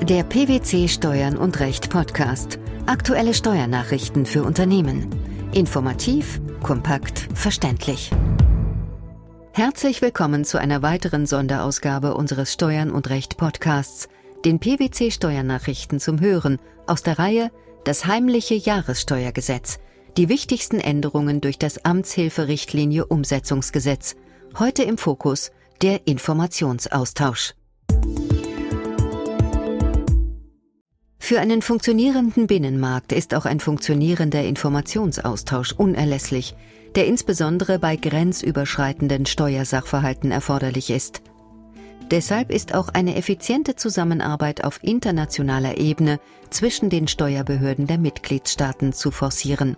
Der PwC Steuern und Recht Podcast. Aktuelle Steuernachrichten für Unternehmen. Informativ, kompakt, verständlich. Herzlich willkommen zu einer weiteren Sonderausgabe unseres Steuern und Recht Podcasts, den PwC Steuernachrichten zum Hören, aus der Reihe Das heimliche Jahressteuergesetz, die wichtigsten Änderungen durch das Amtshilferichtlinie Umsetzungsgesetz. Heute im Fokus der Informationsaustausch. Für einen funktionierenden Binnenmarkt ist auch ein funktionierender Informationsaustausch unerlässlich, der insbesondere bei grenzüberschreitenden Steuersachverhalten erforderlich ist. Deshalb ist auch eine effiziente Zusammenarbeit auf internationaler Ebene zwischen den Steuerbehörden der Mitgliedstaaten zu forcieren.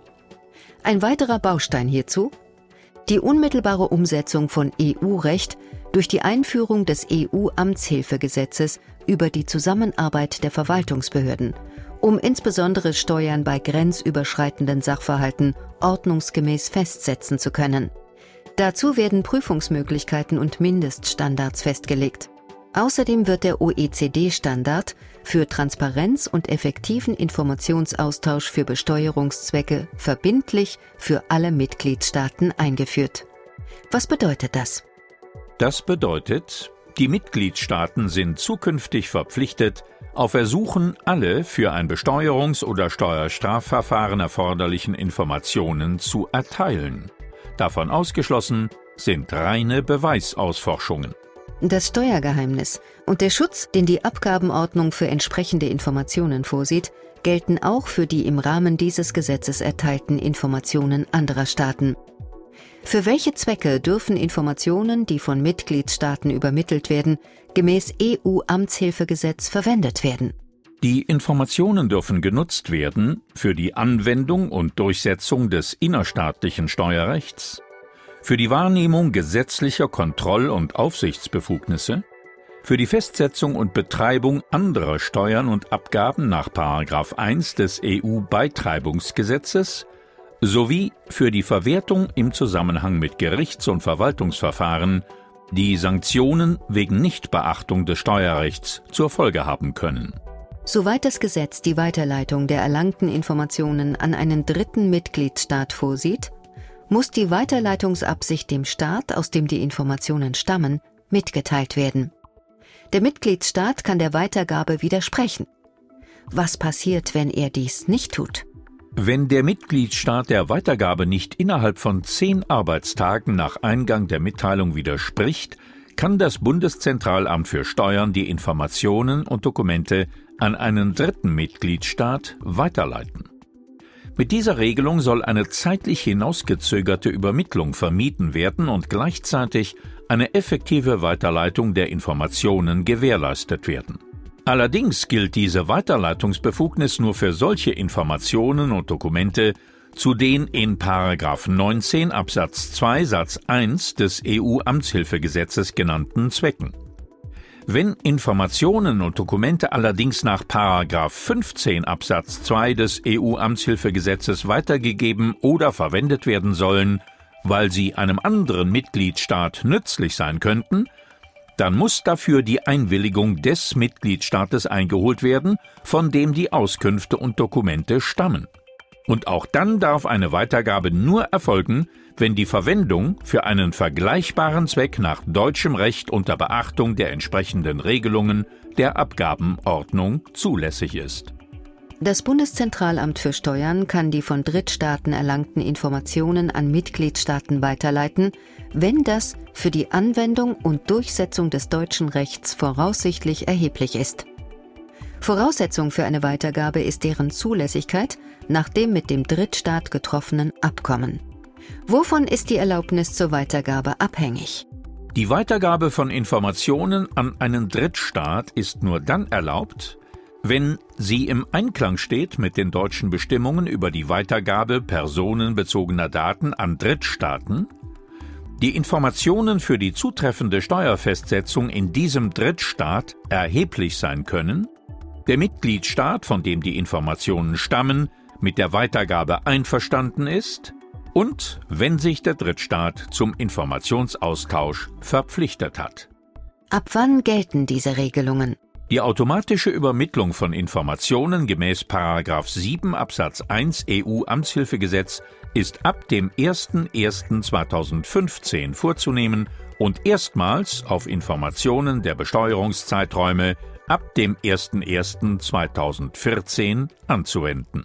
Ein weiterer Baustein hierzu: die unmittelbare Umsetzung von EU-Recht durch die Einführung des EU-Amtshilfegesetzes über die Zusammenarbeit der Verwaltungsbehörden, um insbesondere Steuern bei grenzüberschreitenden Sachverhalten ordnungsgemäß festsetzen zu können. Dazu werden Prüfungsmöglichkeiten und Mindeststandards festgelegt. Außerdem wird der OECD-Standard für Transparenz und effektiven Informationsaustausch für Besteuerungszwecke verbindlich für alle Mitgliedstaaten eingeführt. Was bedeutet das? Das bedeutet, die Mitgliedstaaten sind zukünftig verpflichtet, auf Ersuchen alle für ein Besteuerungs- oder Steuerstrafverfahren erforderlichen Informationen zu erteilen. Davon ausgeschlossen sind reine Beweisausforschungen. Das Steuergeheimnis und der Schutz, den die Abgabenordnung für entsprechende Informationen vorsieht, gelten auch für die im Rahmen dieses Gesetzes erteilten Informationen anderer Staaten. Für welche Zwecke dürfen Informationen, die von Mitgliedstaaten übermittelt werden, gemäß EU-Amtshilfegesetz verwendet werden? Die Informationen dürfen genutzt werden für die Anwendung und Durchsetzung des innerstaatlichen Steuerrechts, für die Wahrnehmung gesetzlicher Kontroll- und Aufsichtsbefugnisse, für die Festsetzung und Betreibung anderer Steuern und Abgaben nach § 1 des EU-Beitreibungsgesetzes sowie für die Verwertung im Zusammenhang mit Gerichts- und Verwaltungsverfahren, die Sanktionen wegen Nichtbeachtung des Steuerrechts zur Folge haben können. Soweit das Gesetz die Weiterleitung der erlangten Informationen an einen dritten Mitgliedstaat vorsieht, muss die Weiterleitungsabsicht dem Staat, aus dem die Informationen stammen, mitgeteilt werden. Der Mitgliedstaat kann der Weitergabe widersprechen. Was passiert, wenn er dies nicht tut? Wenn der Mitgliedstaat der Weitergabe nicht innerhalb von 10 Arbeitstagen nach Eingang der Mitteilung widerspricht, kann das Bundeszentralamt für Steuern die Informationen und Dokumente an einen dritten Mitgliedstaat weiterleiten. Mit dieser Regelung soll eine zeitlich hinausgezögerte Übermittlung vermieden werden und gleichzeitig eine effektive Weiterleitung der Informationen gewährleistet werden. Allerdings gilt diese Weiterleitungsbefugnis nur für solche Informationen und Dokumente, zu den in § 19 Absatz 2 Satz 1 des EU-Amtshilfegesetzes genannten Zwecken. Wenn Informationen und Dokumente allerdings nach § 15 Absatz 2 des EU-Amtshilfegesetzes weitergegeben oder verwendet werden sollen, weil sie einem anderen Mitgliedstaat nützlich sein könnten, dann muss dafür die Einwilligung des Mitgliedstaates eingeholt werden, von dem die Auskünfte und Dokumente stammen. Und auch dann darf eine Weitergabe nur erfolgen, wenn die Verwendung für einen vergleichbaren Zweck nach deutschem Recht unter Beachtung der entsprechenden Regelungen der Abgabenordnung zulässig ist. Das Bundeszentralamt für Steuern kann die von Drittstaaten erlangten Informationen an Mitgliedstaaten weiterleiten, wenn das für die Anwendung und Durchsetzung des deutschen Rechts voraussichtlich erheblich ist. Voraussetzung für eine Weitergabe ist deren Zulässigkeit nach dem mit dem Drittstaat getroffenen Abkommen. Wovon ist die Erlaubnis zur Weitergabe abhängig? Die Weitergabe von Informationen an einen Drittstaat ist nur dann erlaubt, wenn sie im Einklang steht mit den deutschen Bestimmungen über die Weitergabe personenbezogener Daten an Drittstaaten, die Informationen für die zutreffende Steuerfestsetzung in diesem Drittstaat erheblich sein können, der Mitgliedstaat, von dem die Informationen stammen, mit der Weitergabe einverstanden ist und wenn sich der Drittstaat zum Informationsaustausch verpflichtet hat. Ab wann gelten diese Regelungen? Die automatische Übermittlung von Informationen gemäß § 7 Absatz 1 EU-Amtshilfegesetz ist ab dem 01.01.2015 vorzunehmen und erstmals auf Informationen der Besteuerungszeiträume ab dem 01.01.2014 anzuwenden.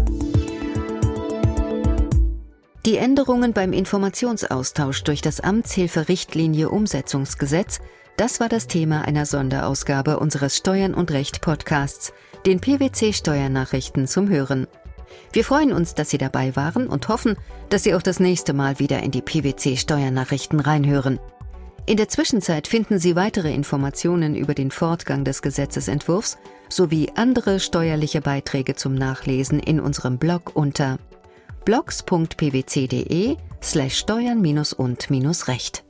Die Änderungen beim Informationsaustausch durch das Amtshilferichtlinie-Umsetzungsgesetz, das war das Thema einer Sonderausgabe unseres Steuern und Recht Podcasts, den PwC Steuernachrichten zum Hören. Wir freuen uns, dass Sie dabei waren und hoffen, dass Sie auch das nächste Mal wieder in die PwC Steuernachrichten reinhören. In der Zwischenzeit finden Sie weitere Informationen über den Fortgang des Gesetzesentwurfs sowie andere steuerliche Beiträge zum Nachlesen in unserem Blog unter blogs.pwc.de/steuern-und-recht.